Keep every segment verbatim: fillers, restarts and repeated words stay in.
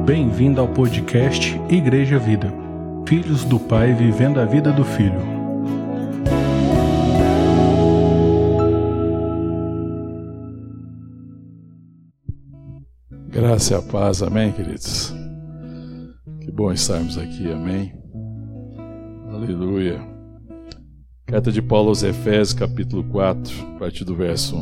Bem-vindo ao podcast Igreja Vida. Filhos do Pai vivendo a vida do Filho. Graça e a paz, amém, queridos? Que bom estarmos aqui, amém? Aleluia. Carta de Paulo aos Efésios, capítulo quatro, a partir do verso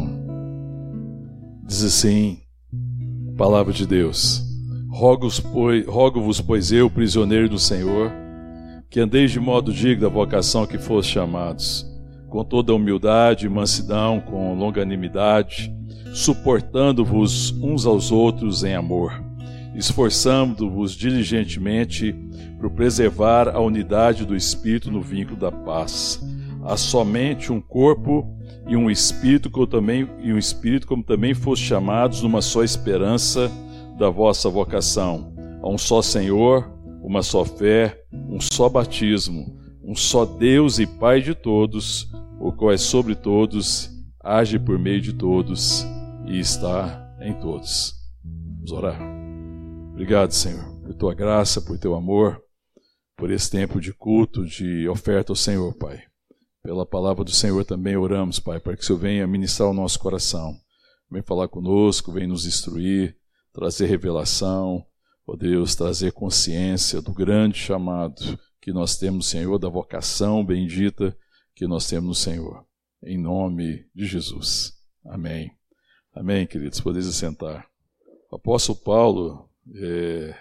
um. Diz assim, palavra de Deus: Rogo-vos, pois, rogo-vos, pois eu, prisioneiro do Senhor, que andeis de modo digno da vocação que foste chamados, com toda humildade e mansidão, com longanimidade, suportando-vos uns aos outros em amor, esforçando-vos diligentemente por preservar a unidade do Espírito no vínculo da paz. Há somente um corpo e um Espírito, como também, e um Espírito, como também foste chamados numa só esperança da vossa vocação. Há um só Senhor, uma só fé, um só batismo, um só Deus e Pai de todos, o qual é sobre todos, age por meio de todos e está em todos. Vamos orar. Obrigado, Senhor, por tua graça, por teu amor, por esse tempo de culto, de oferta ao Senhor, Pai. Pela palavra do Senhor também oramos, Pai, para que o Senhor venha ministrar o nosso coração. Vem falar conosco, vem nos instruir, trazer revelação, ó Deus, trazer consciência do grande chamado que nós temos, Senhor, da vocação bendita que nós temos no Senhor. Em nome de Jesus. Amém. Amém, queridos. Podeis assentar. O apóstolo Paulo é,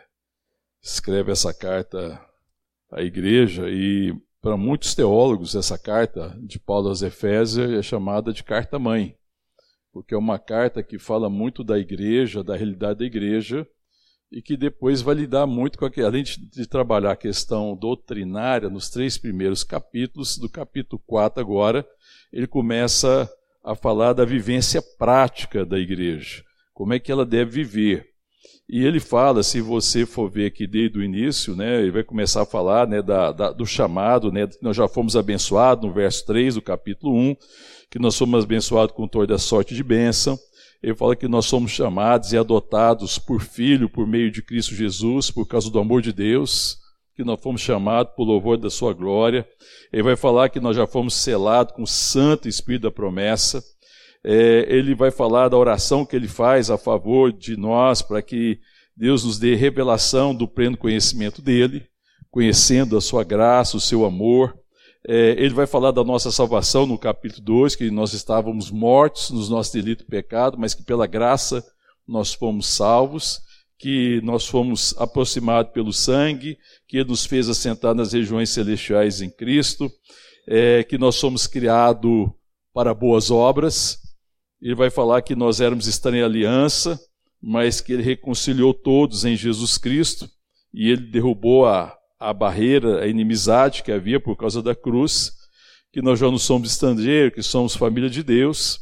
escreve essa carta à igreja e, para muitos teólogos, essa carta de Paulo aos Efésios é chamada de carta-mãe, porque é uma carta que fala muito da igreja, da realidade da igreja, e que depois vai lidar muito com aquilo. Além de, de trabalhar a questão doutrinária nos três primeiros capítulos, do capítulo quatro agora, ele começa a falar da vivência prática da igreja, como é que ela deve viver. E ele fala, se você for ver aqui desde o início, né, ele vai começar a falar, né, da, da, do chamado, né, nós já fomos abençoados no verso três do capítulo um, que nós somos abençoados com toda a sorte de bênção. Ele fala que nós somos chamados e adotados por filho, por meio de Cristo Jesus, por causa do amor de Deus, que nós fomos chamados por louvor da sua glória. Ele vai falar que nós já fomos selados com o Santo Espírito da promessa. É, ele vai falar da oração que ele faz a favor de nós, para que Deus nos dê revelação do pleno conhecimento dele, conhecendo a sua graça, o seu amor. É, ele vai falar da nossa salvação no capítulo dois, que nós estávamos mortos nos nossos delitos e pecados, mas que pela graça nós fomos salvos, que nós fomos aproximados pelo sangue, que ele nos fez assentar nas regiões celestiais em Cristo, é, que nós somos criados para boas obras. Ele vai falar que nós éramos estranhos à aliança, mas que ele reconciliou todos em Jesus Cristo, e ele derrubou a a barreira, a inimizade que havia por causa da cruz, que nós já não somos estrangeiros, que somos família de Deus.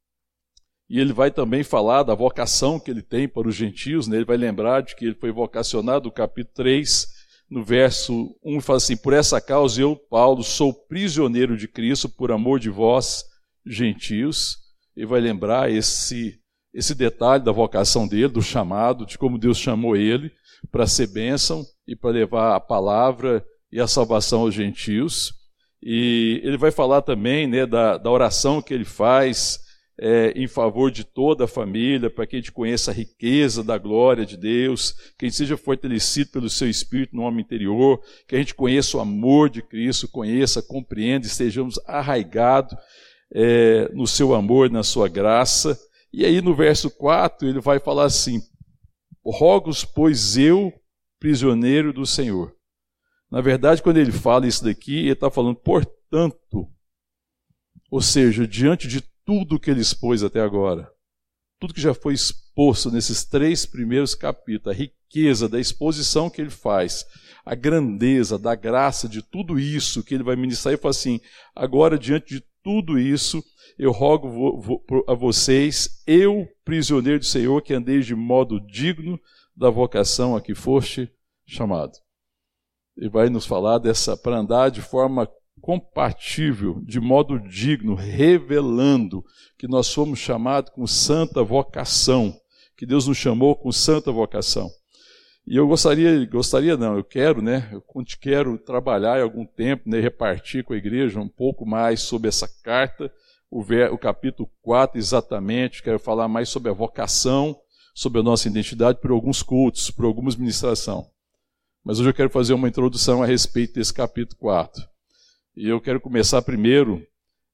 E ele vai também falar da vocação que ele tem para os gentios, né? Ele vai lembrar de que ele foi vocacionado, no capítulo três, no verso um, fala assim: por essa causa eu, Paulo, sou prisioneiro de Cristo por amor de vós, gentios. Ele vai lembrar esse, esse detalhe da vocação dele, do chamado, de como Deus chamou ele para ser bênção e para levar a palavra e a salvação aos gentios. E ele vai falar também, né, da, da oração que ele faz é, em favor de toda a família, para que a gente conheça a riqueza da glória de Deus, que a gente seja fortalecido pelo seu Espírito no homem interior, que a gente conheça o amor de Cristo, conheça, compreenda, estejamos arraigados é, no seu amor, na sua graça. E aí no verso quatro ele vai falar assim: Rogo-vos, pois eu, prisioneiro do Senhor. Na verdade, quando ele fala isso daqui, ele está falando, portanto, ou seja, diante de tudo que ele expôs até agora, tudo que já foi exposto nesses três primeiros capítulos, a riqueza da exposição que ele faz, a grandeza da graça de tudo isso que ele vai ministrar, ele fala assim: agora, diante de tudo isso, eu rogo a vocês, eu, prisioneiro do Senhor, que andeis de modo digno da vocação a que foste chamado. Ele vai nos falar dessa, para andar de forma compatível, de modo digno, revelando que nós somos chamados com santa vocação, que Deus nos chamou com santa vocação. E eu gostaria, gostaria não, eu quero, né, eu quero trabalhar em algum tempo, né, repartir com a igreja um pouco mais sobre essa carta, o, ver, o capítulo quatro exatamente, quero falar mais sobre a vocação, sobre a nossa identidade, por alguns cultos, por algumas ministrações. Mas hoje eu quero fazer uma introdução a respeito desse capítulo quatro. E eu quero começar primeiro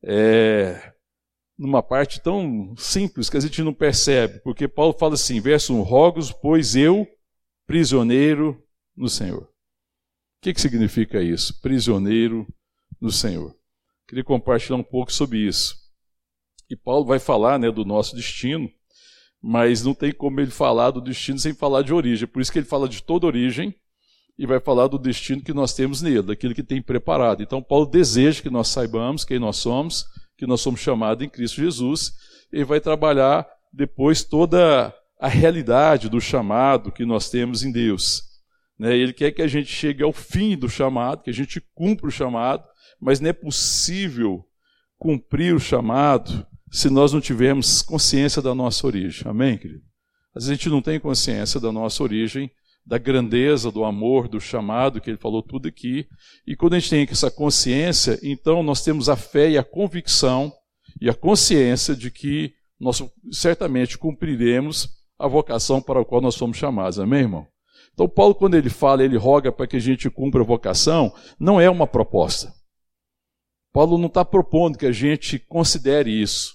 é, numa parte tão simples que a gente não percebe, porque Paulo fala assim, verso um, rogos, pois eu, prisioneiro no Senhor. O que, que significa isso? Prisioneiro no Senhor. Queria compartilhar um pouco sobre isso. E Paulo vai falar, né, do nosso destino, mas não tem como ele falar do destino sem falar de origem. Por isso que ele fala de toda origem e vai falar do destino que nós temos nele, daquilo que tem preparado. Então Paulo deseja que nós saibamos quem nós somos, que nós somos chamados em Cristo Jesus, e vai trabalhar depois toda a realidade do chamado que nós temos em Deus. Né? Ele quer que a gente chegue ao fim do chamado, que a gente cumpra o chamado, mas não é possível cumprir o chamado se nós não tivermos consciência da nossa origem. Amém, querido? Às vezes a gente não tem consciência da nossa origem, da grandeza, do amor, do chamado, que ele falou tudo aqui. E quando a gente tem essa consciência, então nós temos a fé e a convicção e a consciência de que nós certamente cumpriremos a vocação para a qual nós fomos chamados. Amém, irmão? Então Paulo, quando ele fala, ele roga para que a gente cumpra a vocação, não é uma proposta. Paulo não está propondo que a gente considere isso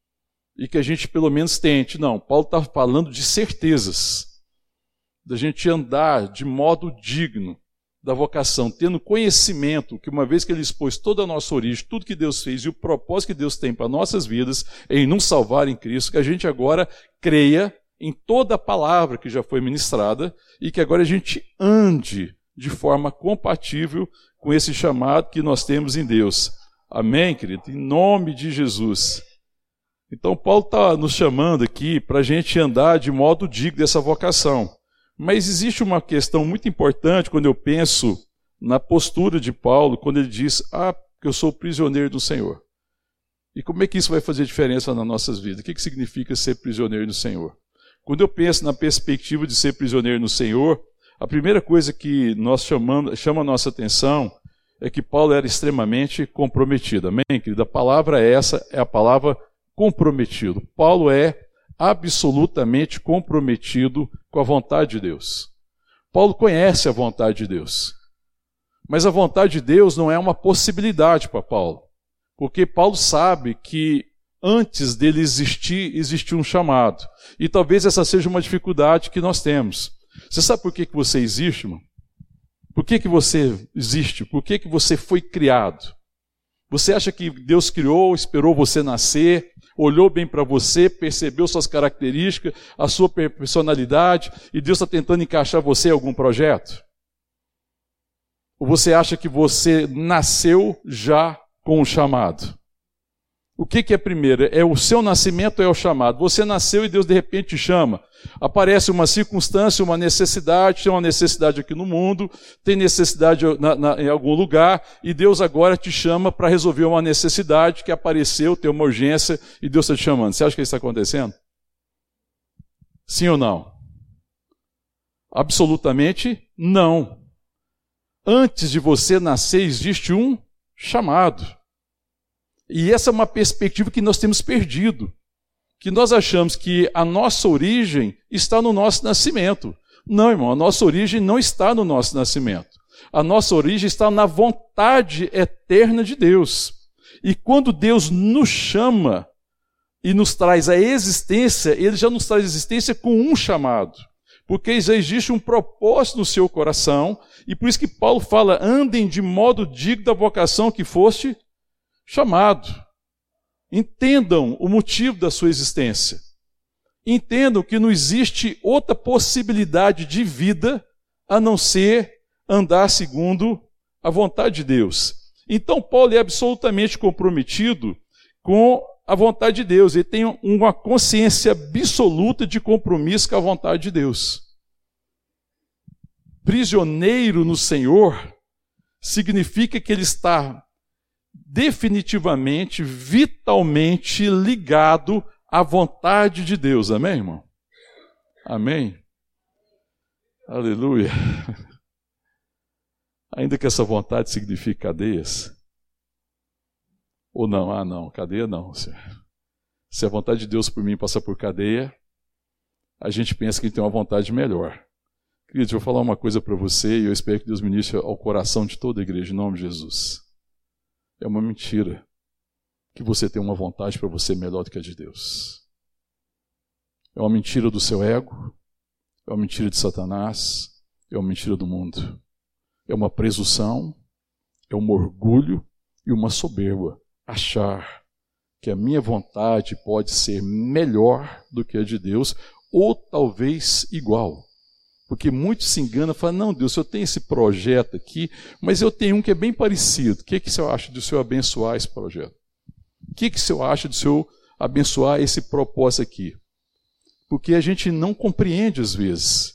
e que a gente pelo menos tente. Não, Paulo está falando de certezas, da gente andar de modo digno da vocação, tendo conhecimento que uma vez que ele expôs toda a nossa origem, tudo que Deus fez e o propósito que Deus tem para nossas vidas em nos salvar em Cristo, que a gente agora creia em toda a palavra que já foi ministrada e que agora a gente ande de forma compatível com esse chamado que nós temos em Deus. Amém, querido? Em nome de Jesus. Então, Paulo está nos chamando aqui para a gente andar de modo digno dessa vocação. Mas existe uma questão muito importante quando eu penso na postura de Paulo, quando ele diz, ah, que eu sou prisioneiro do Senhor. E como é que isso vai fazer diferença nas nossas vidas? O que, que significa ser prisioneiro do Senhor? Quando eu penso na perspectiva de ser prisioneiro no Senhor, a primeira coisa que nós chamamos, chama a nossa atenção é que Paulo era extremamente comprometido. Amém, querido? A palavra é essa, é a palavra comprometido. Paulo é absolutamente comprometido com a vontade de Deus. Paulo conhece a vontade de Deus. Mas a vontade de Deus não é uma possibilidade para Paulo. Porque Paulo sabe que antes dele existir, existiu um chamado. E talvez essa seja uma dificuldade que nós temos. Você sabe por que, que você existe, irmão? Por que, que você existe? Por que, que você foi criado? Você acha que Deus criou, esperou você nascer, olhou bem para você, percebeu suas características, a sua personalidade, e Deus está tentando encaixar você em algum projeto? Ou você acha que você nasceu já com o chamado? O que, que é primeiro? É o seu nascimento ou é o chamado? Você nasceu e Deus de repente te chama. Aparece uma circunstância, uma necessidade, tem uma necessidade aqui no mundo, tem necessidade na, na, em algum lugar, e Deus agora te chama para resolver uma necessidade que apareceu, tem uma urgência, e Deus está te chamando. Você acha que isso está acontecendo? Sim ou não? Absolutamente não. Antes de você nascer, existe um chamado. E essa é uma perspectiva que nós temos perdido, que nós achamos que a nossa origem está no nosso nascimento. Não, irmão, a nossa origem não está no nosso nascimento. A nossa origem está na vontade eterna de Deus. E quando Deus nos chama e nos traz a existência, Ele já nos traz a existência com um chamado. Porque já existe um propósito no seu coração, e por isso que Paulo fala, andem de modo digno da vocação que foste chamado. Entendam o motivo da sua existência. Entendam que não existe outra possibilidade de vida a não ser andar segundo a vontade de Deus. Então Paulo é absolutamente comprometido com a vontade de Deus. Ele tem uma consciência absoluta de compromisso com a vontade de Deus. Prisioneiro no Senhor significa que ele está definitivamente, vitalmente ligado à vontade de Deus. Amém, irmão? Amém? Aleluia. Ainda que essa vontade signifique cadeias. Ou não? Ah, não, cadeia não. Se a vontade de Deus por mim passa por cadeia, a gente pensa que tem uma vontade melhor. Querido, eu vou falar uma coisa para você e eu espero que Deus ministre ao coração de toda a igreja, em nome de Jesus. É uma mentira que você tem uma vontade para você melhor do que a de Deus. É uma mentira do seu ego, é uma mentira de Satanás, é uma mentira do mundo. É uma presunção, é um orgulho e uma soberba. Achar que a minha vontade pode ser melhor do que a de Deus, ou talvez igual. Porque muitos se enganam e falam, não, Deus, eu tenho esse projeto aqui, mas eu tenho um que é bem parecido. O que, que o senhor acha de o senhor abençoar esse projeto? O que, que o senhor acha de o senhor abençoar esse propósito aqui? Porque a gente não compreende às vezes.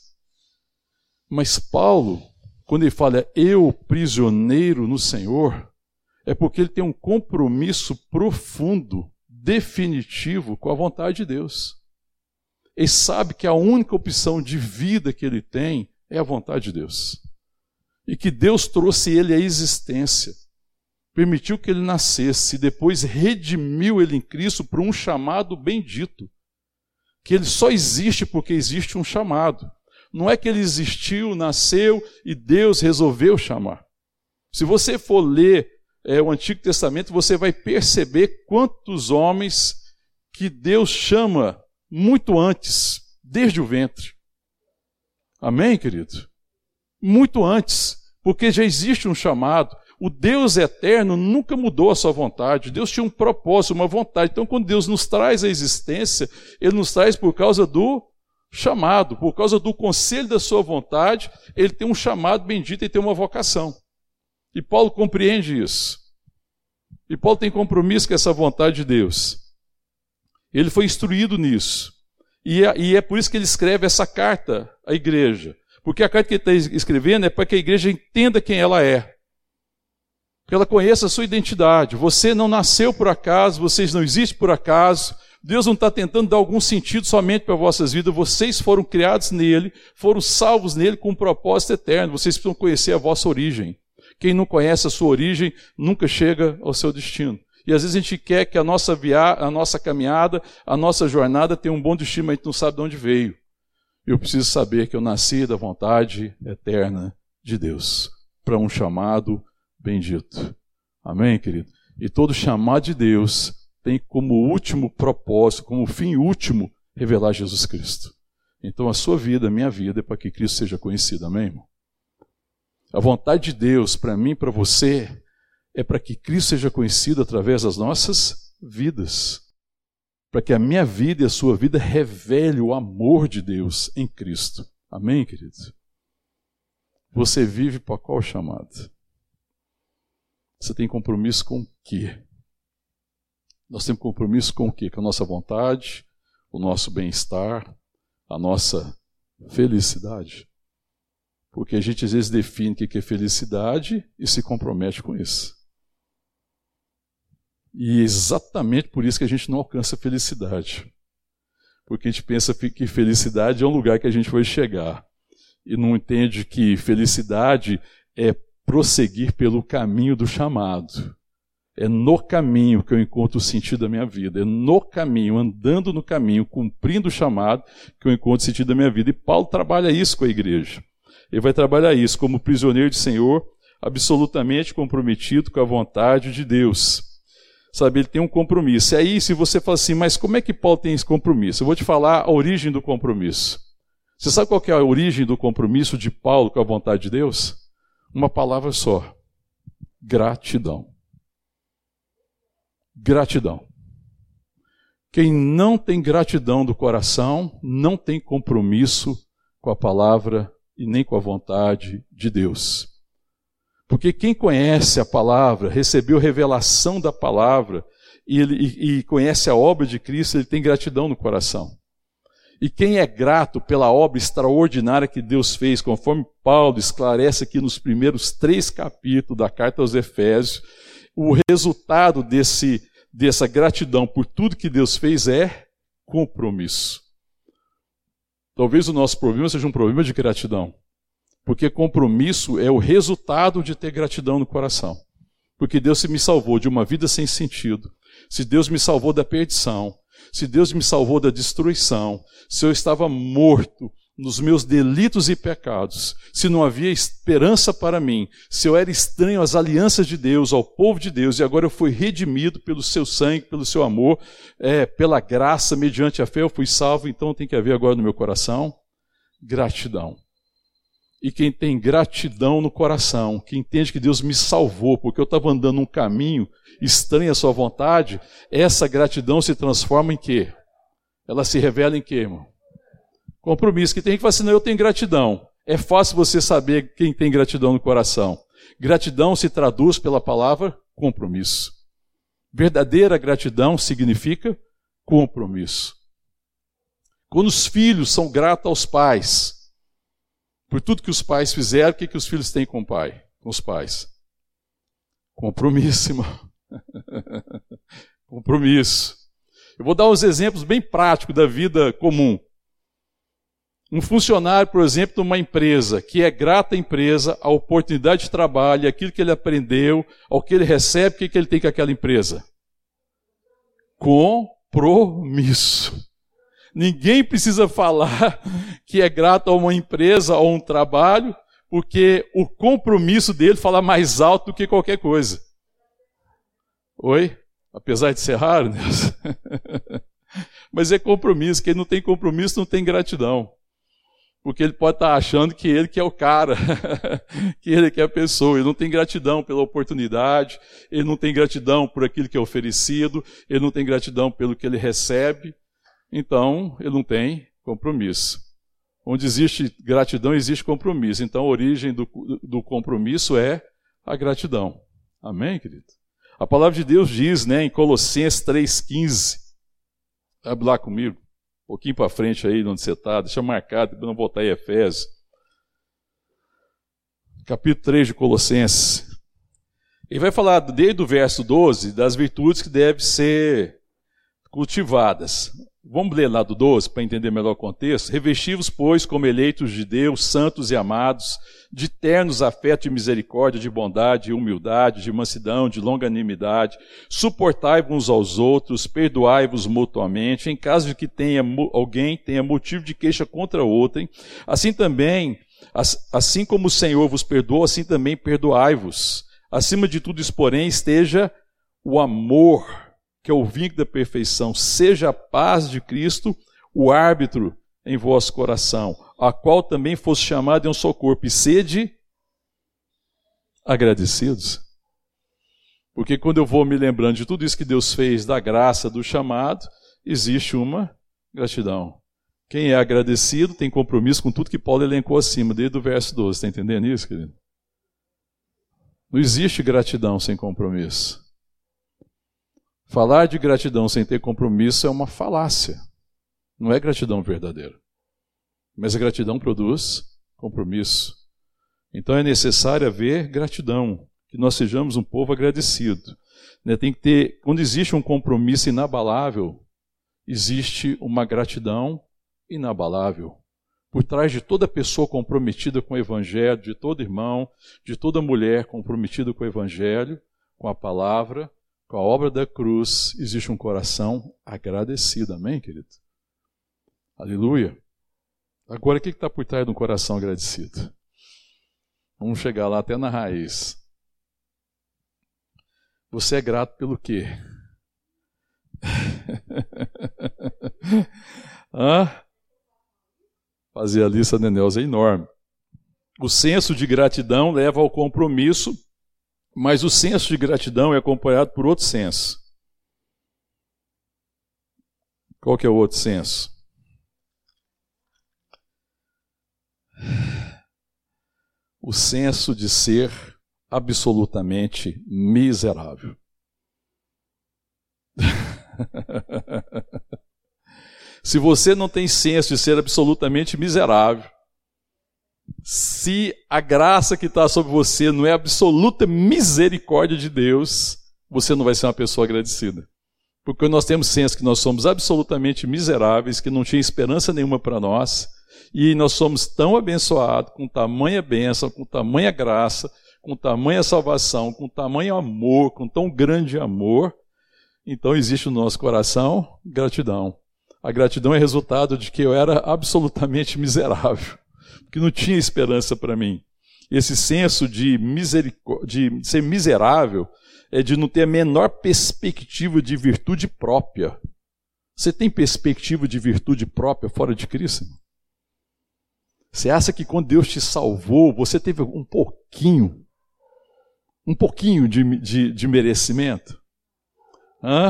Mas Paulo, quando ele fala, eu prisioneiro no Senhor, é porque ele tem um compromisso profundo, definitivo com a vontade de Deus. Ele sabe que a única opção de vida que ele tem é a vontade de Deus. E que Deus trouxe ele à existência, permitiu que ele nascesse e depois redimiu ele em Cristo por um chamado bendito. Que ele só existe porque existe um chamado. Não é que ele existiu, nasceu e Deus resolveu chamar. Se você for ler é, o Antigo Testamento, você vai perceber quantos homens que Deus chama muito antes, desde o ventre. Amém, querido? Muito antes, porque já existe um chamado. O Deus eterno nunca mudou a sua vontade. Deus tinha um propósito, uma vontade. Então, quando Deus nos traz à existência, Ele nos traz por causa do chamado, por causa do conselho da sua vontade. Ele tem um chamado bendito e tem uma vocação. E Paulo compreende isso. E Paulo tem compromisso com essa vontade de Deus. Ele foi instruído nisso. E é, e é por isso que ele escreve essa carta à igreja. Porque a carta que ele está escrevendo é para que a igreja entenda quem ela é. Que ela conheça a sua identidade. Você não nasceu por acaso, vocês não existem por acaso. Deus não está tentando dar algum sentido somente para vossas vidas. Vocês foram criados nele, foram salvos nele com um propósito eterno. Vocês precisam conhecer a vossa origem. Quem não conhece a sua origem nunca chega ao seu destino. E às vezes a gente quer que a nossa, via... a nossa caminhada, a nossa jornada tenha um bom destino, mas a gente não sabe de onde veio. Eu preciso saber que eu nasci da vontade eterna de Deus, para um chamado bendito. Amém, querido? E todo chamado de Deus tem como último propósito, como fim último, revelar Jesus Cristo. Então a sua vida, a minha vida, é para que Cristo seja conhecido. Amém, irmão? A vontade de Deus para mim e para você é para que Cristo seja conhecido através das nossas vidas. Para que a minha vida e a sua vida revele o amor de Deus em Cristo. Amém, querido? Você vive para qual chamado? Você tem compromisso com o quê? Nós temos compromisso com o quê? Com a nossa vontade, o nosso bem-estar, a nossa felicidade. Porque a gente às vezes define o que é felicidade e se compromete com isso. E é exatamente por isso que a gente não alcança a felicidade. Porque a gente pensa que felicidade é um lugar que a gente vai chegar. E não entende que felicidade é prosseguir pelo caminho do chamado. É no caminho que eu encontro o sentido da minha vida. É no caminho, andando no caminho, cumprindo o chamado, que eu encontro o sentido da minha vida. E Paulo trabalha isso com a igreja. Ele vai trabalhar isso como prisioneiro de Senhor, absolutamente comprometido com a vontade de Deus. Sabe, ele tem um compromisso. E aí, se você fala assim, mas como é que Paulo tem esse compromisso? Eu vou te falar a origem do compromisso. Você sabe qual que é a origem do compromisso de Paulo com a vontade de Deus? Uma palavra só: gratidão. Gratidão. Quem não tem gratidão do coração, não tem compromisso com a palavra e nem com a vontade de Deus. Porque quem conhece a palavra, recebeu revelação da palavra e, ele, e, e conhece a obra de Cristo, ele tem gratidão no coração. E quem é grato pela obra extraordinária que Deus fez, conforme Paulo esclarece aqui nos primeiros três capítulos da carta aos Efésios, o resultado desse, dessa gratidão por tudo que Deus fez é compromisso. Talvez o nosso problema seja um problema de gratidão. Porque compromisso é o resultado de ter gratidão no coração. Porque Deus me salvou de uma vida sem sentido, se Deus me salvou da perdição, se Deus me salvou da destruição, se eu estava morto nos meus delitos e pecados, se não havia esperança para mim, se eu era estranho às alianças de Deus, ao povo de Deus, e agora eu fui redimido pelo seu sangue, pelo seu amor, é, pela graça, mediante a fé eu fui salvo, então tem que haver agora no meu coração gratidão. E quem tem gratidão no coração, que entende que Deus me salvou, porque eu estava andando num caminho estranho à sua vontade, essa gratidão se transforma em quê? Ela se revela em quê, irmão? Compromisso. Que tem gente que fala assim, não, eu tenho gratidão. É fácil você saber quem tem gratidão no coração. Gratidão se traduz pela palavra compromisso. Verdadeira gratidão significa compromisso. Quando os filhos são gratos aos pais, por tudo que os pais fizeram, o que, que os filhos têm com o pai? Com os pais? Compromisso, irmão. Compromisso. Eu vou dar uns exemplos bem práticos da vida comum. Um funcionário, por exemplo, de uma empresa, que é grato à empresa, à oportunidade de trabalho, aquilo que ele aprendeu, ao que ele recebe, o que, que ele tem com aquela empresa? Compromisso. Ninguém precisa falar que é grato a uma empresa ou a um trabalho, porque o compromisso dele fala mais alto do que qualquer coisa. Oi? Apesar de ser raro, né? Mas é compromisso. Quem não tem compromisso não tem gratidão. Porque ele pode estar achando que ele que é o cara, que ele que é a pessoa. Ele não tem gratidão pela oportunidade, ele não tem gratidão por aquilo que é oferecido, ele não tem gratidão pelo que ele recebe. Então, ele não tem compromisso. Onde existe gratidão, existe compromisso. Então, a origem do, do compromisso é a gratidão. Amém, querido? A palavra de Deus diz, né, em Colossenses três, quinze. Abre lá comigo, um pouquinho para frente aí, onde você está. Deixa marcado, para não voltar em Efésios. Capítulo três de Colossenses. Ele vai falar, desde o verso doze, das virtudes que devem ser cultivadas. Vamos ler lá do doze para entender melhor o contexto. Revesti-vos, pois, como eleitos de Deus, santos e amados, de ternos afetos de misericórdia, de bondade, de humildade, de mansidão, de longanimidade. Suportai-vos uns aos outros, perdoai-vos mutuamente, em caso de que tenha, alguém tenha motivo de queixa contra outrem. Assim também, assim como o Senhor vos perdoou, assim também perdoai-vos. Acima de tudo isso, porém, esteja o amor, que é o vínculo da perfeição, seja a paz de Cristo, o árbitro em vosso coração, a qual também fosse chamado em um só corpo, e sede agradecidos. Porque quando eu vou me lembrando de tudo isso que Deus fez, da graça, do chamado, existe uma gratidão. Quem é agradecido tem compromisso com tudo que Paulo elencou acima, desde o verso doze. Está entendendo isso, querido? Não existe gratidão sem compromisso. Falar de gratidão sem ter compromisso é uma falácia. Não é gratidão verdadeira. Mas a gratidão produz compromisso. Então é necessário haver gratidão, que nós sejamos um povo agradecido. Tem que ter, quando existe um compromisso inabalável, existe uma gratidão inabalável. Por trás de toda pessoa comprometida com o Evangelho, de todo irmão, de toda mulher comprometida com o Evangelho, com a palavra, com a obra da cruz, existe um coração agradecido. Amém, querido? Aleluia. Agora, o que está por trás de um coração agradecido? Vamos chegar lá até na raiz. Você é grato pelo quê? Hã? Fazer a lista da Neuza é enorme. O senso de gratidão leva ao compromisso, mas o senso de gratidão é acompanhado por outro senso. Qual que é o outro senso? O senso de ser absolutamente miserável. Se você não tem senso de ser absolutamente miserável, se a graça que está sobre você não é a absoluta misericórdia de Deus, você não vai ser uma pessoa agradecida. Porque nós temos senso que nós somos absolutamente miseráveis, que não tinha esperança nenhuma para nós, E nós somos tão abençoados, com tamanha bênção, com tamanha graça, com tamanha salvação, com tamanho amor, com tão grande amor. Então existe no nosso coração gratidão. A gratidão é resultado de que eu era absolutamente miserável, que não tinha esperança para mim. Esse senso de, misericó- de ser miserável é de não ter a menor perspectiva de virtude própria. Você tem perspectiva de virtude própria fora de Cristo? Você acha que quando Deus te salvou, você teve um pouquinho, um pouquinho de, de, de merecimento? Hã?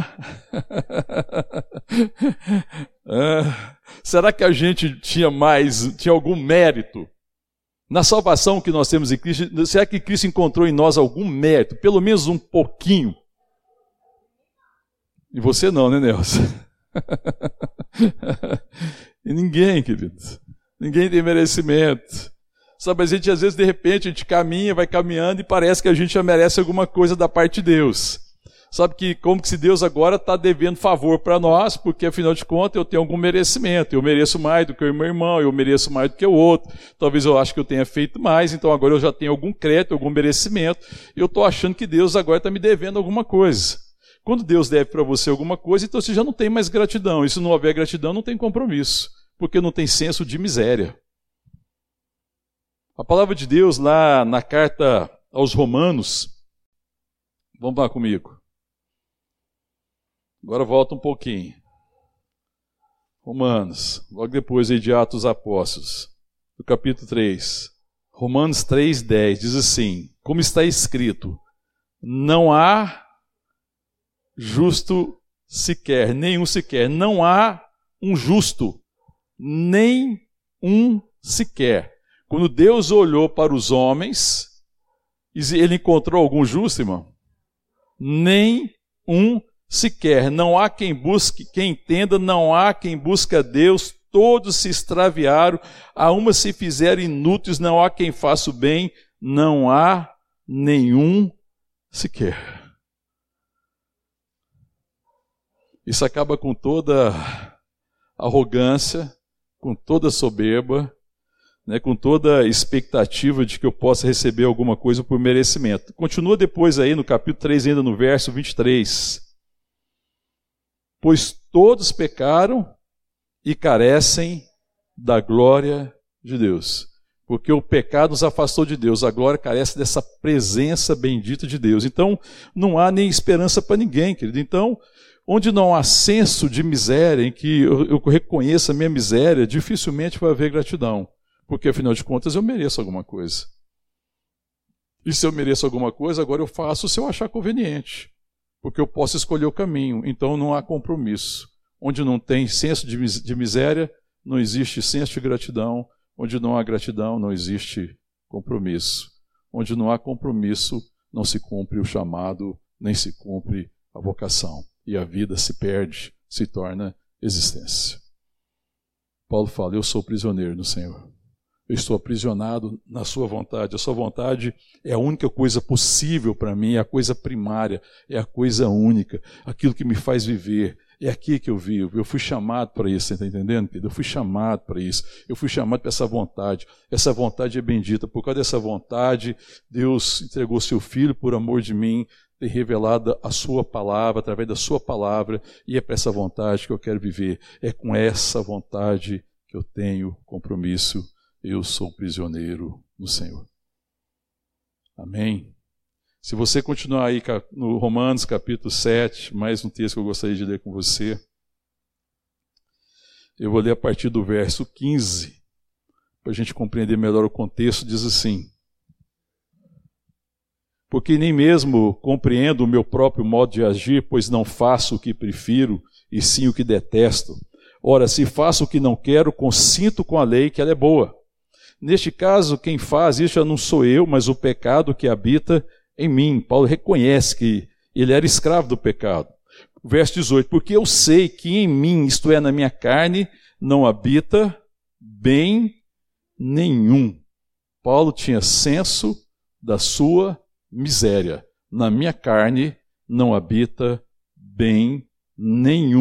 Hã? Será que a gente tinha mais, tinha algum mérito? Na salvação que nós temos em Cristo, será que Cristo encontrou em nós algum mérito? Pelo menos um pouquinho? E você não, né, Nelson? E ninguém, queridos. Ninguém tem merecimento. Sabe, a gente às vezes, de repente, a gente caminha, vai caminhando e parece que a gente já merece alguma coisa da parte de Deus. Sabe que como que se Deus agora está devendo favor para nós, porque afinal de contas eu tenho algum merecimento, eu mereço mais do que o meu irmão, eu mereço mais do que o outro, talvez eu acho que eu tenha feito mais, então agora eu já tenho algum crédito, algum merecimento, e eu estou achando que Deus agora está me devendo alguma coisa. Quando Deus deve para você alguma coisa, então você já não tem mais gratidão, e se não houver gratidão, não tem compromisso, porque não tem senso de miséria. A palavra de Deus lá na carta aos Romanos, vamos lá comigo. Agora volta um pouquinho. Romanos, logo depois aí de Atos dos Apóstolos, do capítulo três. Romanos três, dez, diz assim, como está escrito, não há justo sequer, nenhum sequer, não há um justo, nem um sequer. Quando Deus olhou para os homens, ele encontrou algum justo, irmão? Nem um sequer. Não há quem busque, quem entenda, não há quem busque a Deus, todos se extraviaram, a uma se fizeram inúteis, não há quem faça o bem, não há nenhum sequer. Isso acaba com toda arrogância, com toda soberba, né, com toda a expectativa de que eu possa receber alguma coisa por merecimento. Continua depois aí no capítulo três, ainda no verso vinte e três. Pois todos pecaram e carecem da glória de Deus. Porque o pecado nos afastou de Deus, a glória carece dessa presença bendita de Deus. Então, não há nem esperança para ninguém, querido. Então, onde não há senso de miséria, em que eu, eu reconheça a minha miséria, dificilmente vai haver gratidão. Porque, afinal de contas, eu mereço alguma coisa. E se eu mereço alguma coisa, agora eu faço se eu achar conveniente. Porque eu posso escolher o caminho. Então não há compromisso. Onde não tem senso de miséria, não existe senso de gratidão. Onde não há gratidão, não existe compromisso. Onde não há compromisso, não se cumpre o chamado, nem se cumpre a vocação. E a vida se perde, se torna existência. Paulo fala, eu sou prisioneiro no Senhor. Eu estou aprisionado na sua vontade. A sua vontade é a única coisa possível para mim, é a coisa primária, é a coisa única, aquilo que me faz viver. É aqui que eu vivo. Eu fui chamado para isso, você está entendendo, querido? Eu fui chamado para isso. Eu fui chamado para essa vontade. Essa vontade é bendita. Por causa dessa vontade, Deus entregou seu Filho por amor de mim, tem revelado a sua palavra, através da sua palavra, e é para essa vontade que eu quero viver. É com essa vontade que eu tenho compromisso. Eu sou prisioneiro no Senhor. Amém? Se você continuar aí no Romanos capítulo sete, mais um texto que eu gostaria de ler com você, eu vou ler a partir do verso quinze, para a gente compreender melhor o contexto, diz assim, porque nem mesmo compreendo o meu próprio modo de agir, pois não faço o que prefiro, e sim o que detesto. Ora, se faço o que não quero, consinto com a lei que ela é boa. Neste caso, quem faz isso já não sou eu, mas o pecado que habita em mim. Paulo reconhece que ele era escravo do pecado. Verso dezoito, porque eu sei que em mim, isto é, na minha carne, não habita bem nenhum. Paulo tinha senso da sua miséria. Na minha carne não habita bem nenhum,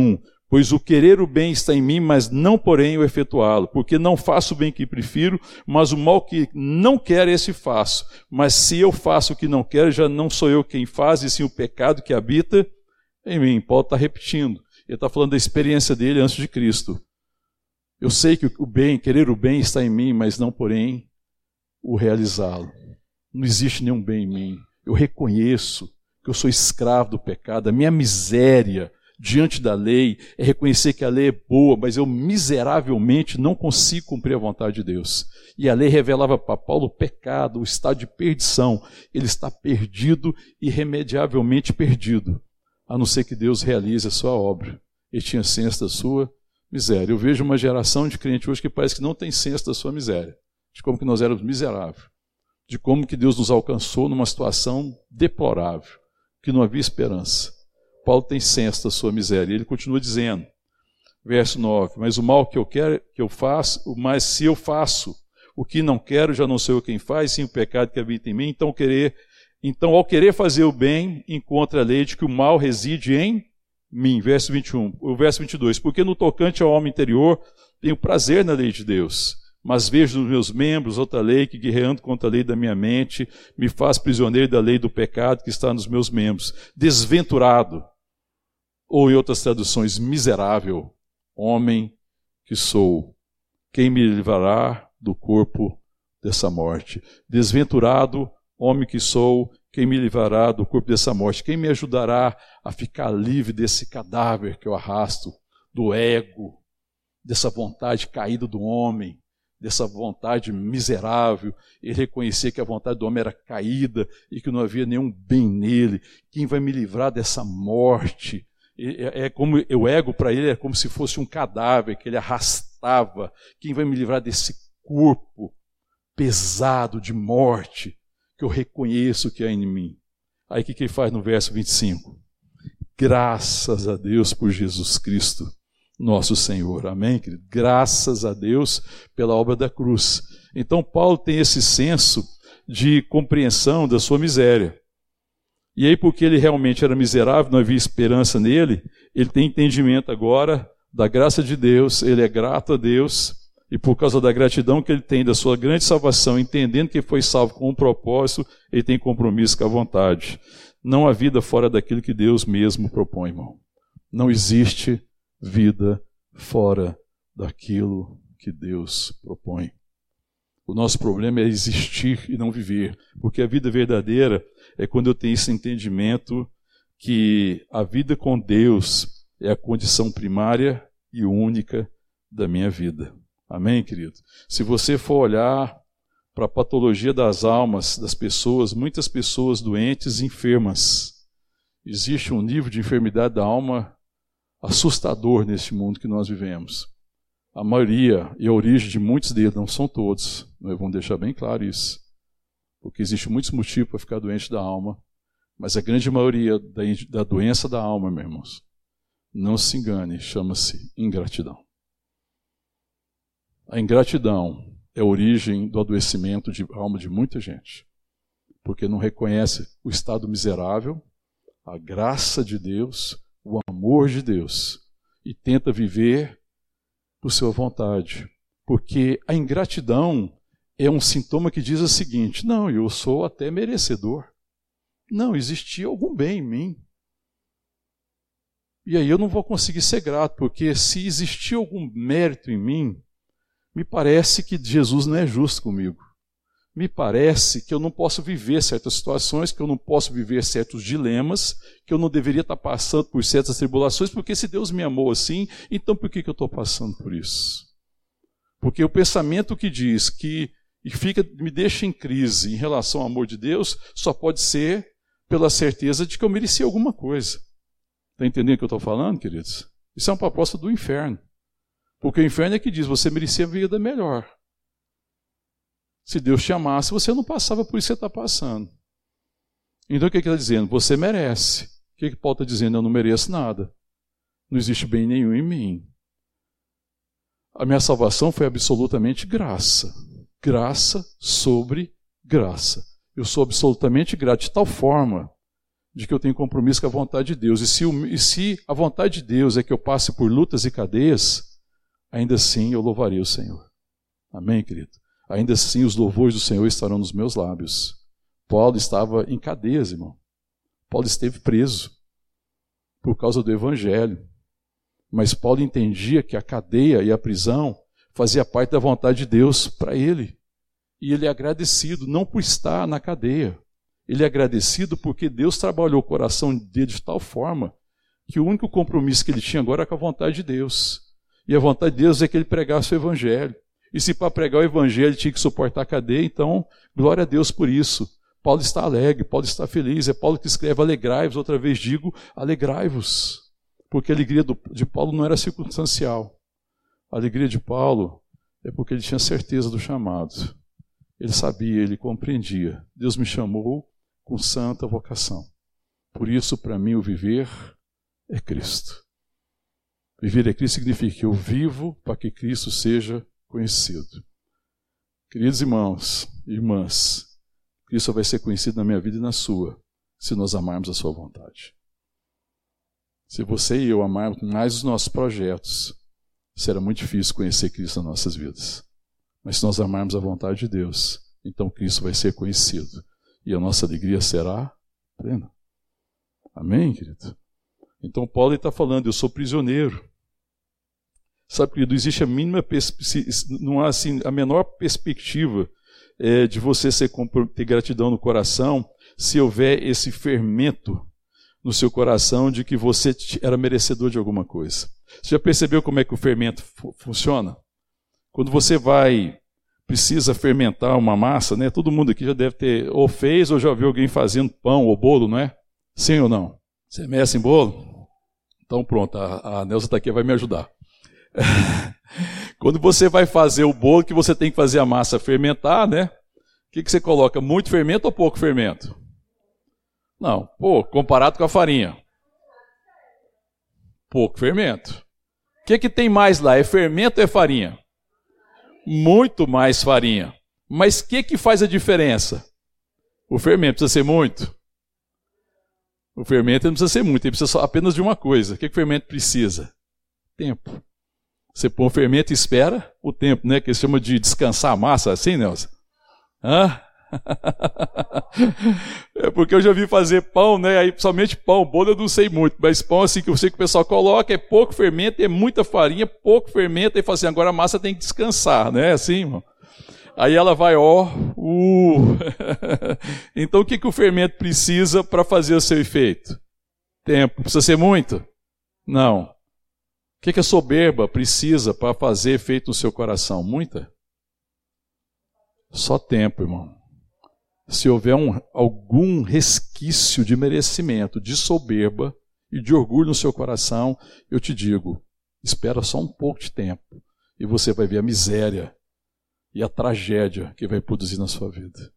Pois o querer o bem está em mim, mas não porém o efetuá-lo. Porque não faço o bem que prefiro, mas o mal que não quero, esse faço. Mas se eu faço o que não quero, já não sou eu quem faz, e sim o pecado que habita em mim. Paulo está repetindo. Ele está falando da experiência dele antes de Cristo. Eu sei que o bem, querer o bem está em mim, mas não porém o realizá-lo. Não existe nenhum bem em mim. Eu reconheço que eu sou escravo do pecado. A minha miséria diante da lei é reconhecer que a lei é boa, mas eu miseravelmente não consigo cumprir a vontade de Deus. E a lei revelava para Paulo o pecado, o estado de perdição. Ele está perdido, irremediavelmente perdido, a não ser que Deus realize a sua obra. Ele tinha senso da sua miséria. Eu vejo uma geração de crentes hoje que parece que não tem senso da sua miséria, de como que nós éramos miseráveis, de como que Deus nos alcançou numa situação deplorável, que não havia esperança. Paulo tem senso da sua miséria. Ele continua dizendo, verso nove, mas o mal que eu quero que eu faço, mas se eu faço o que não quero, já não sou eu quem faz, sim o pecado que habita em mim. Então, querer, então ao querer fazer o bem, encontra a lei de que o mal reside em mim. Verso vinte e um, o verso vinte e dois, porque no tocante ao homem interior, tenho prazer na lei de Deus, mas vejo nos meus membros outra lei que, guerreando contra a lei da minha mente, me faz prisioneiro da lei do pecado que está nos meus membros. Desventurado, ou em outras traduções, miserável homem que sou, quem me livrará do corpo dessa morte? Desventurado homem que sou, quem me livrará do corpo dessa morte? Quem me ajudará a ficar livre desse cadáver que eu arrasto, do ego, dessa vontade caída do homem, dessa vontade miserável, e reconhecer que a vontade do homem era caída e que não havia nenhum bem nele? Quem vai me livrar dessa morte? É como o ego para ele é como se fosse um cadáver que ele arrastava. Quem vai me livrar desse corpo pesado de morte que eu reconheço que há em mim? Aí o que ele faz no verso vinte e cinco? Graças a Deus por Jesus Cristo, nosso Senhor. Amém, querido? Graças a Deus pela obra da cruz. Então Paulo tem esse senso de compreensão da sua miséria. E aí, porque ele realmente era miserável, não havia esperança nele, ele tem entendimento agora da graça de Deus, ele é grato a Deus, e por causa da gratidão que ele tem da sua grande salvação, entendendo que foi salvo com um propósito, ele tem compromisso com a vontade. Não há vida fora daquilo que Deus mesmo propõe, irmão. Não existe vida fora daquilo que Deus propõe. O nosso problema é existir e não viver, porque a vida verdadeira é quando eu tenho esse entendimento que a vida com Deus é a condição primária e única da minha vida. Amém, querido? Se você for olhar para a patologia das almas das pessoas, muitas pessoas doentes e enfermas, existe um nível de enfermidade da alma assustador neste mundo que nós vivemos. A maioria e a origem de muitos deles, não são todos, nós vamos deixar bem claro isso, porque existe muitos motivos para ficar doente da alma, mas a grande maioria da, da doença da alma, meus irmãos, não se engane, chama-se ingratidão. A ingratidão é a origem do adoecimento de alma de muita gente, porque não reconhece o estado miserável, a graça de Deus, o amor de Deus, e tenta viver por sua vontade, porque a ingratidão é um sintoma que diz o seguinte: não, eu sou até merecedor, não, existia algum bem em mim, e aí eu não vou conseguir ser grato, porque se existia algum mérito em mim, me parece que Jesus não é justo comigo, me parece que eu não posso viver certas situações, que eu não posso viver certos dilemas, que eu não deveria estar passando por certas tribulações, porque se Deus me amou assim, então por que que eu estou passando por isso? Porque o pensamento que diz que e fica, me deixa em crise em relação ao amor de Deus, só pode ser pela certeza de que eu merecia alguma coisa. Está entendendo o que eu estou falando, queridos? Isso é uma proposta do inferno. Porque o inferno é que diz, você merecia vida melhor. Se Deus te amasse, você não passava por isso que você está passando. Então o que ele está dizendo? Você merece. O que, que Paulo está dizendo? Eu não mereço nada. Não existe bem nenhum em mim. A minha salvação foi absolutamente graça. Graça sobre graça. Eu sou absolutamente grato de tal forma de que eu tenho compromisso com a vontade de Deus. E se, o, e se a vontade de Deus é que eu passe por lutas e cadeias, ainda assim eu louvarei o Senhor. Amém, querido? Ainda assim os louvores do Senhor estarão nos meus lábios. Paulo estava em cadeias, irmão. Paulo esteve preso por causa do Evangelho. Mas Paulo entendia que a cadeia e a prisão fazia parte da vontade de Deus para ele. E ele é agradecido, não por estar na cadeia. Ele é agradecido porque Deus trabalhou o coração dele de tal forma que o único compromisso que ele tinha agora era com a vontade de Deus. E a vontade de Deus é que ele pregasse o Evangelho. E se para pregar o Evangelho ele tinha que suportar a cadeia, então, glória a Deus por isso. Paulo está alegre, Paulo está feliz. É Paulo que escreve: alegrai-vos, outra vez digo, alegrai-vos. Porque a alegria do, de Paulo não era circunstancial. A alegria de Paulo é porque ele tinha certeza do chamado. Ele sabia, ele compreendia. Deus me chamou com santa vocação. Por isso, para mim, o viver é Cristo. Viver é Cristo significa que eu vivo para que Cristo seja conhecido. Queridos irmãos e irmãs, Cristo vai ser conhecido na minha vida e na sua, se nós amarmos a sua vontade. Se você e eu amarmos mais os nossos projetos, será muito difícil conhecer Cristo nas nossas vidas. Mas se nós amarmos a vontade de Deus, então Cristo vai ser conhecido. E a nossa alegria será plena. Amém, querido? Então Paulo está falando: eu sou prisioneiro. Sabe, querido, não existe a mínima, não há assim, a menor perspectiva é, de você ser, ter gratidão no coração se houver esse fermento no seu coração de que você era merecedor de alguma coisa. Você já percebeu como é que o fermento funciona? Quando você vai, precisa fermentar uma massa, né? Todo mundo aqui já deve ter, ou fez, ou já viu alguém fazendo pão ou bolo, não é? Sim ou não? Você mexe em bolo? Então pronto, a, a Nelsa está aqui, vai me ajudar. Quando você vai fazer o bolo, que você tem que fazer a massa fermentar, né? O que, que você coloca? Muito fermento ou pouco fermento? Não, pouco, comparado com a farinha. Pouco fermento. O que, que tem mais lá? É fermento ou é farinha? Muito mais farinha. Mas o que, que faz a diferença? O fermento precisa ser muito? O fermento não precisa ser muito, ele precisa só apenas de uma coisa. O que, que o fermento precisa? Tempo. Você põe o fermento e espera o tempo, né? Que eles chamam de descansar a massa, assim, Nelson? Hã? É porque eu já vi fazer pão, né? Aí somente pão, bolo eu não sei muito, mas pão assim que eu sei que o pessoal coloca é pouco fermento, é muita farinha, pouco fermento, e fala assim: agora a massa tem que descansar, né? Assim, irmão. Aí ela vai, ó, uh. Então o que, que o fermento precisa para fazer o seu efeito? Tempo. Precisa ser muito? Não. O que, que a soberba precisa para fazer efeito no seu coração? Muita? Só tempo, irmão. Se houver um, algum resquício de merecimento, de soberba e de orgulho no seu coração, eu te digo, espera só um pouco de tempo e você vai ver a miséria e a tragédia que vai produzir na sua vida.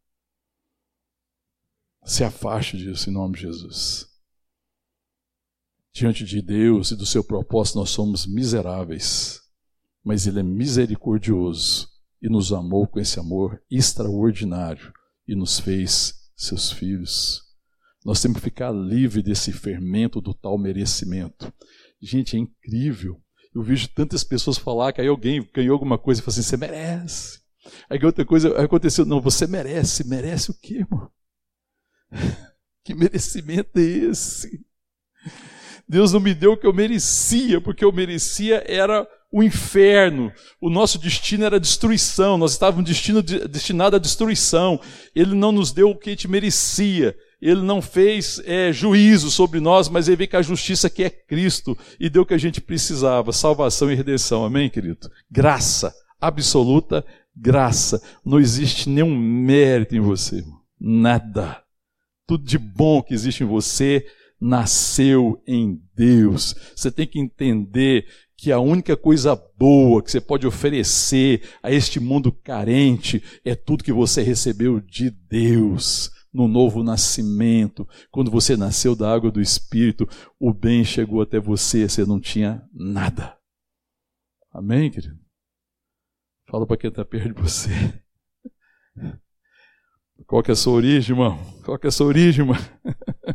Se afaste disso em nome de Jesus. Diante de Deus e do seu propósito nós somos miseráveis, mas Ele é misericordioso e nos amou com esse amor extraordinário e nos fez seus filhos. Nós temos que ficar livre desse fermento do tal merecimento. Gente, é incrível. Eu vejo tantas pessoas falar que aí alguém ganhou alguma coisa e fala assim: você merece. Aí outra coisa aconteceu: não, você merece. Merece o quê, irmão? Que merecimento é esse? Deus não me deu o que eu merecia, porque eu merecia era o inferno. O nosso destino era a destruição. Nós estávamos destino, destinados à destruição. Ele não nos deu o que a gente merecia. Ele não fez é, juízo sobre nós, mas ele veio com a justiça que é Cristo e deu o que a gente precisava: salvação e redenção. Amém, querido? Graça, absoluta graça. Não existe nenhum mérito em você. Nada. Tudo de bom que existe em você nasceu em Deus. Você tem que entender que a única coisa boa que você pode oferecer a este mundo carente é tudo que você recebeu de Deus no novo nascimento. Quando você nasceu da água do Espírito, o bem chegou até você, você não tinha nada. Amém, querido? Fala para quem está perto de você. Qual que é a sua origem, irmão? Qual que é a sua origem, irmão?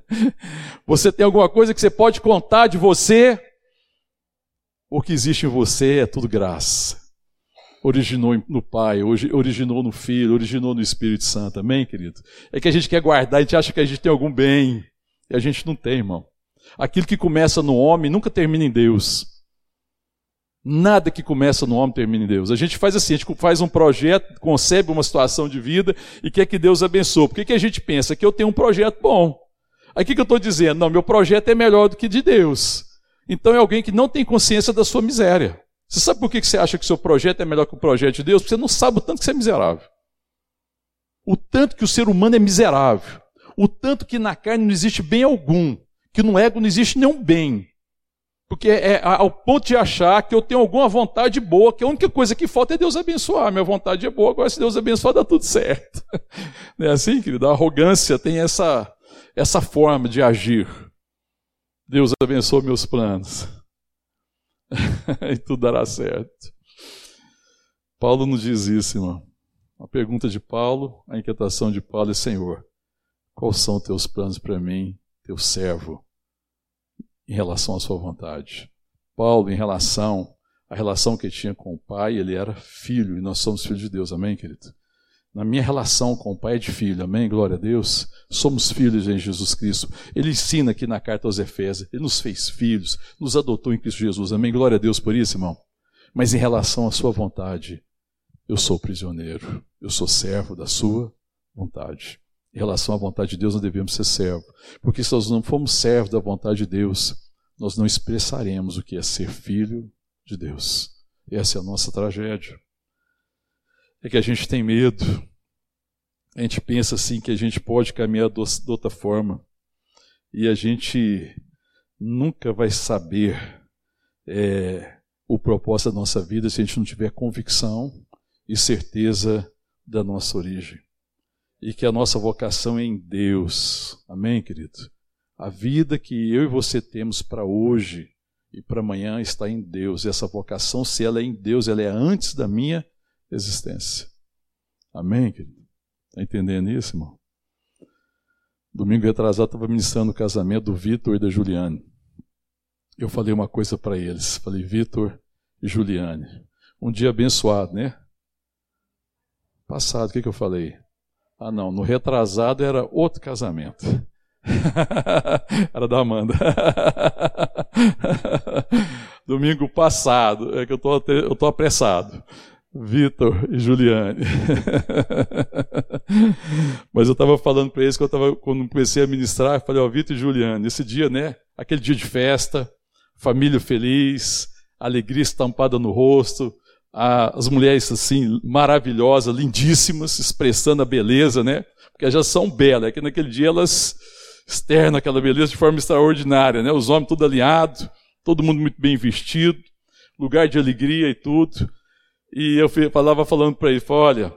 Você tem alguma coisa que você pode contar de você? O que existe em você é tudo graça. Originou no Pai, originou no Filho, originou no Espírito Santo. Amém, querido? É que a gente quer guardar, a gente acha que a gente tem algum bem. E a gente não tem, irmão. Aquilo que começa no homem nunca termina em Deus. Nada que começa no homem termina em Deus. A gente faz assim, a gente faz um projeto, concebe uma situação de vida e quer que Deus abençoe. Por que que a gente pensa? Que eu tenho um projeto bom. Aí o que que eu estou dizendo? Não, meu projeto é melhor do que de Deus. Então é alguém que não tem consciência da sua miséria. Você sabe por que que você acha que o seu projeto é melhor que o projeto de Deus? Porque você não sabe o tanto que você é miserável. O tanto que o ser humano é miserável. O tanto que na carne não existe bem algum. Que no ego não existe nenhum bem. Porque é ao ponto de achar que eu tenho alguma vontade boa, que a única coisa que falta é Deus abençoar. Minha vontade é boa, agora se Deus abençoar dá tudo certo. Não é assim, querido? A arrogância tem essa, essa forma de agir. Deus abençoa meus planos. E tudo dará certo. Paulo nos diz isso, irmão. A pergunta de Paulo, a inquietação de Paulo é: Senhor, quais são teus planos para mim, teu servo, em relação à sua vontade? Paulo, em relação à relação que ele tinha com o Pai, ele era filho, e nós somos filhos de Deus, amém, querido? Na minha relação com o Pai é de filho, amém? Glória a Deus. Somos filhos em Jesus Cristo. Ele ensina aqui na carta aos Efésios, ele nos fez filhos, nos adotou em Cristo Jesus, amém? Glória a Deus por isso, irmão. Mas em relação à sua vontade, eu sou prisioneiro, eu sou servo da sua vontade. Em relação à vontade de Deus, nós devemos ser servos. Porque se nós não formos servos da vontade de Deus, nós não expressaremos o que é ser filho de Deus. Essa é a nossa tragédia. É que a gente tem medo. A gente pensa assim que a gente pode caminhar de outra forma. E a gente nunca vai saber é, o propósito da nossa vida se a gente não tiver convicção e certeza da nossa origem. E que a nossa vocação é em Deus. Amém, querido? A vida que eu e você temos para hoje e para amanhã está em Deus. E essa vocação, se ela é em Deus, ela é antes da minha existência. Amém, querido? Está entendendo isso, irmão? Domingo retrasado, estava ministrando o casamento do Vitor e da Juliane. Eu falei uma coisa para eles. Falei: Vitor e Juliane, um dia abençoado, né? Passado, o que, que eu falei? Ah, não, no retrasado era outro casamento. Era da Amanda. Domingo passado, é que eu tô, eu tô apressado. Vitor e Juliane. Mas eu estava falando para eles que eu tava, quando comecei a ministrar, eu falei: ó, Vitor e Juliane, esse dia, né? Aquele dia de festa, família feliz, alegria estampada no rosto, as mulheres assim, maravilhosas, lindíssimas, expressando a beleza, né? Porque já são belas, é que naquele dia elas externam aquela beleza de forma extraordinária, né? Os homens tudo alinhados, todo mundo muito bem vestido, lugar de alegria e tudo. E eu falava falando para ele, olha,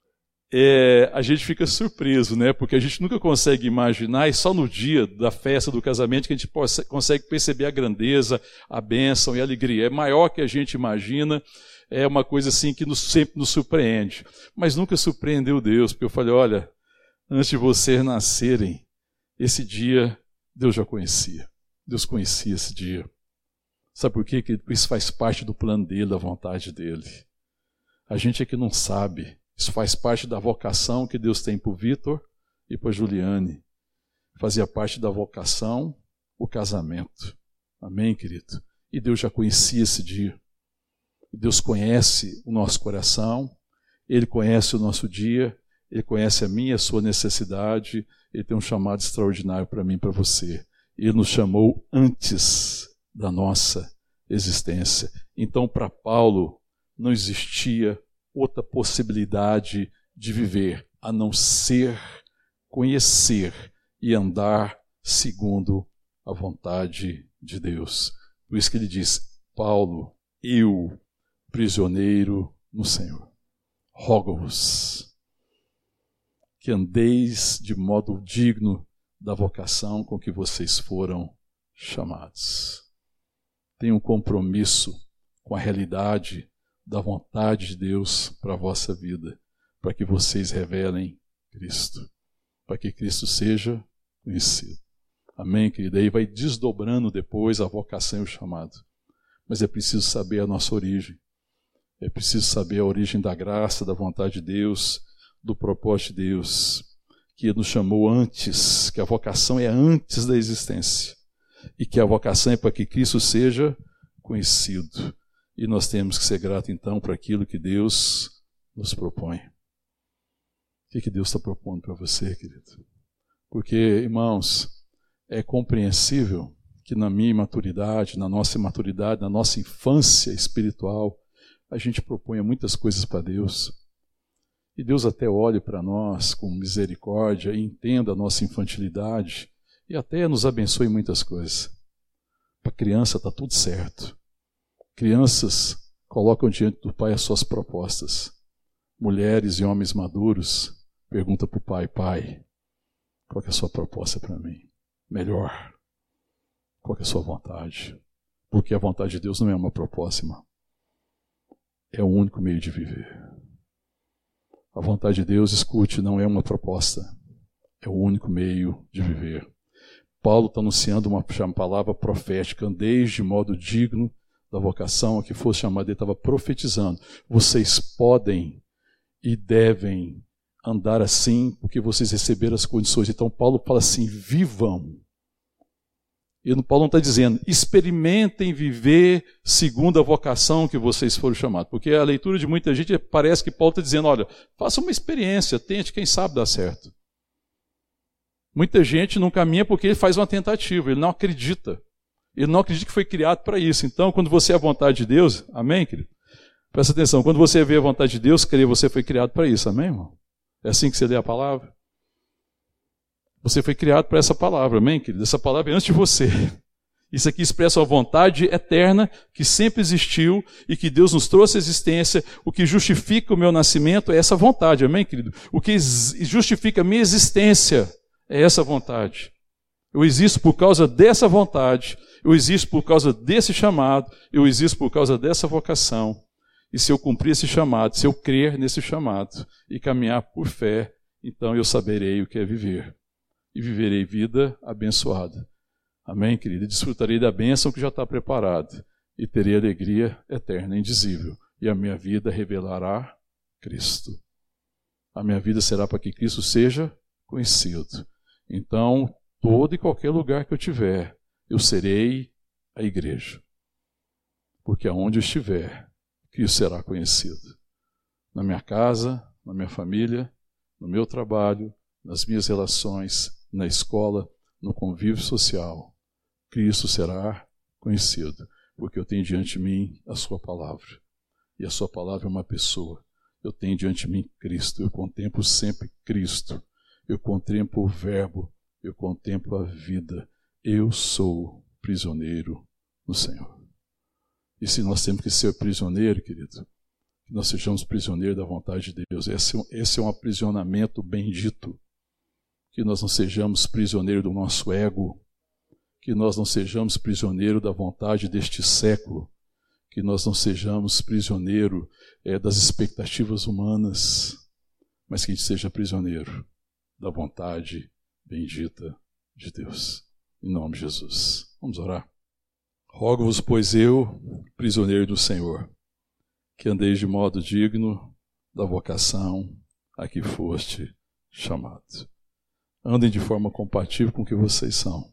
é, a gente fica surpreso, né? Porque a gente nunca consegue imaginar, e só no dia da festa do casamento que a gente consegue perceber a grandeza, a bênção e a alegria. É maior que a gente imagina. É uma coisa assim que nos, sempre nos surpreende. Mas nunca surpreendeu Deus, porque eu falei: olha, antes de vocês nascerem, esse dia Deus já conhecia. Deus conhecia esse dia. Sabe por quê? Porque isso faz parte do plano dele, da vontade dele. A gente é que não sabe. Isso faz parte da vocação que Deus tem para o Vitor e para a Juliane. Fazia parte da vocação o casamento. Amém, querido? E Deus já conhecia esse dia. Deus conhece o nosso coração, Ele conhece o nosso dia, Ele conhece a minha e a sua necessidade, Ele tem um chamado extraordinário para mim e para você. Ele nos chamou antes da nossa existência. Então, para Paulo, não existia outra possibilidade de viver, a não ser conhecer e andar segundo a vontade de Deus. Por isso que ele diz: Paulo, eu, prisioneiro no Senhor, rogo-vos que andeis de modo digno da vocação com que vocês foram chamados. Tenham um compromisso com a realidade da vontade de Deus para a vossa vida, para que vocês revelem Cristo, para que Cristo seja conhecido. Amém, querido? Aí vai desdobrando depois a vocação e o chamado. Mas é preciso saber a nossa origem. É preciso saber a origem da graça, da vontade de Deus, do propósito de Deus, que nos chamou antes, que a vocação é antes da existência. E que a vocação é para que Cristo seja conhecido. E nós temos que ser gratos, então, para aquilo que Deus nos propõe. O que, que Deus está propondo para você, querido? Porque, irmãos, é compreensível que na minha imaturidade, na nossa imaturidade, na nossa infância espiritual, a gente proponha muitas coisas para Deus. E Deus até olhe para nós com misericórdia e entenda a nossa infantilidade e até nos abençoe em muitas coisas. Para criança está tudo certo. Crianças colocam diante do pai as suas propostas. Mulheres e homens maduros perguntam para o pai, pai, qual que é a sua proposta para mim? Melhor. Qual que é a sua vontade? Porque a vontade de Deus não é uma proposta, irmão. É o único meio de viver. A vontade de Deus, escute, não é uma proposta. É o único meio de viver. Paulo está anunciando uma palavra profética, andeis de modo digno da vocação a que fosse chamado. Ele estava profetizando. Vocês podem e devem andar assim porque vocês receberam as condições. Então Paulo fala assim, vivam. E Paulo não está dizendo, experimentem viver segundo a vocação que vocês foram chamados. Porque a leitura de muita gente parece que Paulo está dizendo, olha, faça uma experiência, tente, quem sabe dá certo. Muita gente não caminha porque ele faz uma tentativa, ele não acredita. Ele não acredita que foi criado para isso. Então, quando você é a vontade de Deus, amém, querido? Presta atenção, quando você vê a vontade de Deus, crê, você foi criado para isso, amém, irmão? É assim que você lê a palavra? Você foi criado para essa palavra, amém, querido? Essa palavra é antes de você. Isso aqui expressa a vontade eterna que sempre existiu e que Deus nos trouxe à existência. O que justifica o meu nascimento é essa vontade, amém, querido? O que justifica a minha existência é essa vontade. Eu existo por causa dessa vontade, eu existo por causa desse chamado, eu existo por causa dessa vocação. E se eu cumprir esse chamado, se eu crer nesse chamado e caminhar por fé, então eu saberei o que é viver. E viverei vida abençoada. Amém, querido? E desfrutarei da bênção que já está preparada. E terei alegria eterna, indizível. E a minha vida revelará Cristo. A minha vida será para que Cristo seja conhecido. Então, todo e qualquer lugar que eu tiver, eu serei a igreja. Porque aonde eu estiver, Cristo será conhecido. Na minha casa, na minha família, no meu trabalho, nas minhas relações, na escola, no convívio social, Cristo será conhecido, porque eu tenho diante de mim a sua palavra, e a sua palavra é uma pessoa. Eu tenho diante de mim Cristo, eu contemplo sempre Cristo, eu contemplo o verbo, eu contemplo a vida, eu sou prisioneiro no Senhor. E se nós temos que ser prisioneiro, querido, que nós sejamos prisioneiros da vontade de Deus, esse, esse é um aprisionamento bendito. Que nós não sejamos prisioneiros do nosso ego, que nós não sejamos prisioneiros da vontade deste século, que nós não sejamos prisioneiros é, das expectativas humanas, mas que a gente seja prisioneiro da vontade bendita de Deus. Em nome de Jesus. Vamos orar. Rogo-vos, pois eu, prisioneiro do Senhor, que andeis de modo digno da vocação a que foste chamado. Andem de forma compatível com o que vocês são.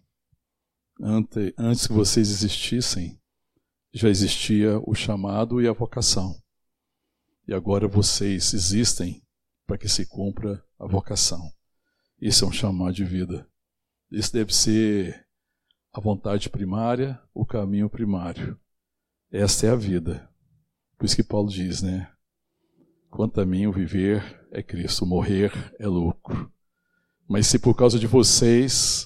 Ante, antes que vocês existissem, já existia o chamado e a vocação. E agora vocês existem para que se cumpra a vocação. Esse é um chamado de vida. Esse deve ser a vontade primária, o caminho primário. Esta é a vida. Por isso que Paulo diz, né? Quanto a mim, o viver é Cristo, o morrer é lucro. Mas se por causa de vocês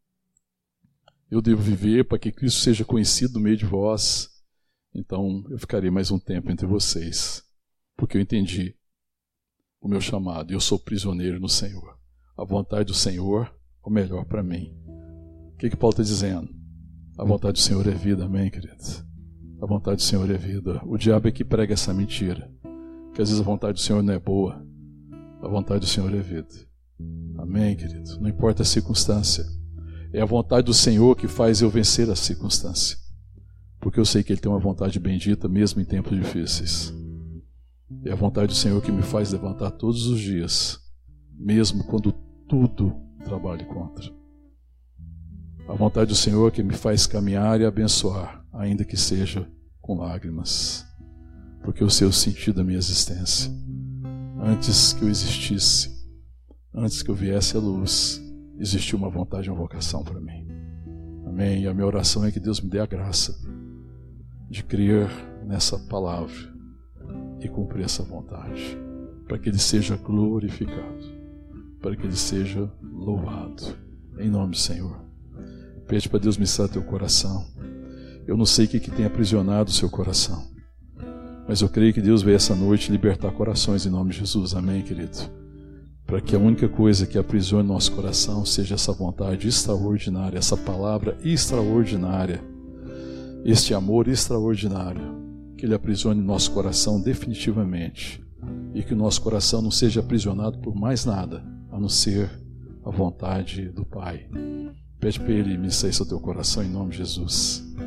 eu devo viver para que Cristo seja conhecido no meio de vós, então eu ficarei mais um tempo entre vocês, porque eu entendi o meu chamado e eu sou prisioneiro no Senhor. A vontade do Senhor é o melhor para mim. O que que Paulo está dizendo? A vontade do Senhor é vida, amém, queridos? A vontade do Senhor é vida. O diabo é que prega essa mentira, que às vezes a vontade do Senhor não é boa. A vontade do Senhor é vida. Amém, querido? Não importa a circunstância. É a vontade do Senhor que faz eu vencer a circunstância, porque eu sei que Ele tem uma vontade bendita mesmo em tempos difíceis. É a vontade do Senhor que me faz levantar todos os dias, mesmo quando tudo trabalha contra. A vontade do Senhor que me faz caminhar e abençoar, ainda que seja com lágrimas, porque eu sei o sentido da minha existência. Antes que eu existisse, antes que eu viesse à luz, existiu uma vontade e uma vocação para mim. Amém? E a minha oração é que Deus me dê a graça de crer nessa palavra e cumprir essa vontade, para que Ele seja glorificado, para que Ele seja louvado. Em nome do Senhor. Pede para Deus ministrar teu coração. Eu não sei o que, que tem aprisionado o seu coração, mas eu creio que Deus veio essa noite libertar corações em nome de Jesus. Amém, querido? Para que a única coisa que aprisione nosso coração seja essa vontade extraordinária, essa palavra extraordinária, este amor extraordinário, que Ele aprisione nosso coração definitivamente, e que o nosso coração não seja aprisionado por mais nada, a não ser a vontade do Pai. Pede para Ele ministrar isso ao teu coração em nome de Jesus.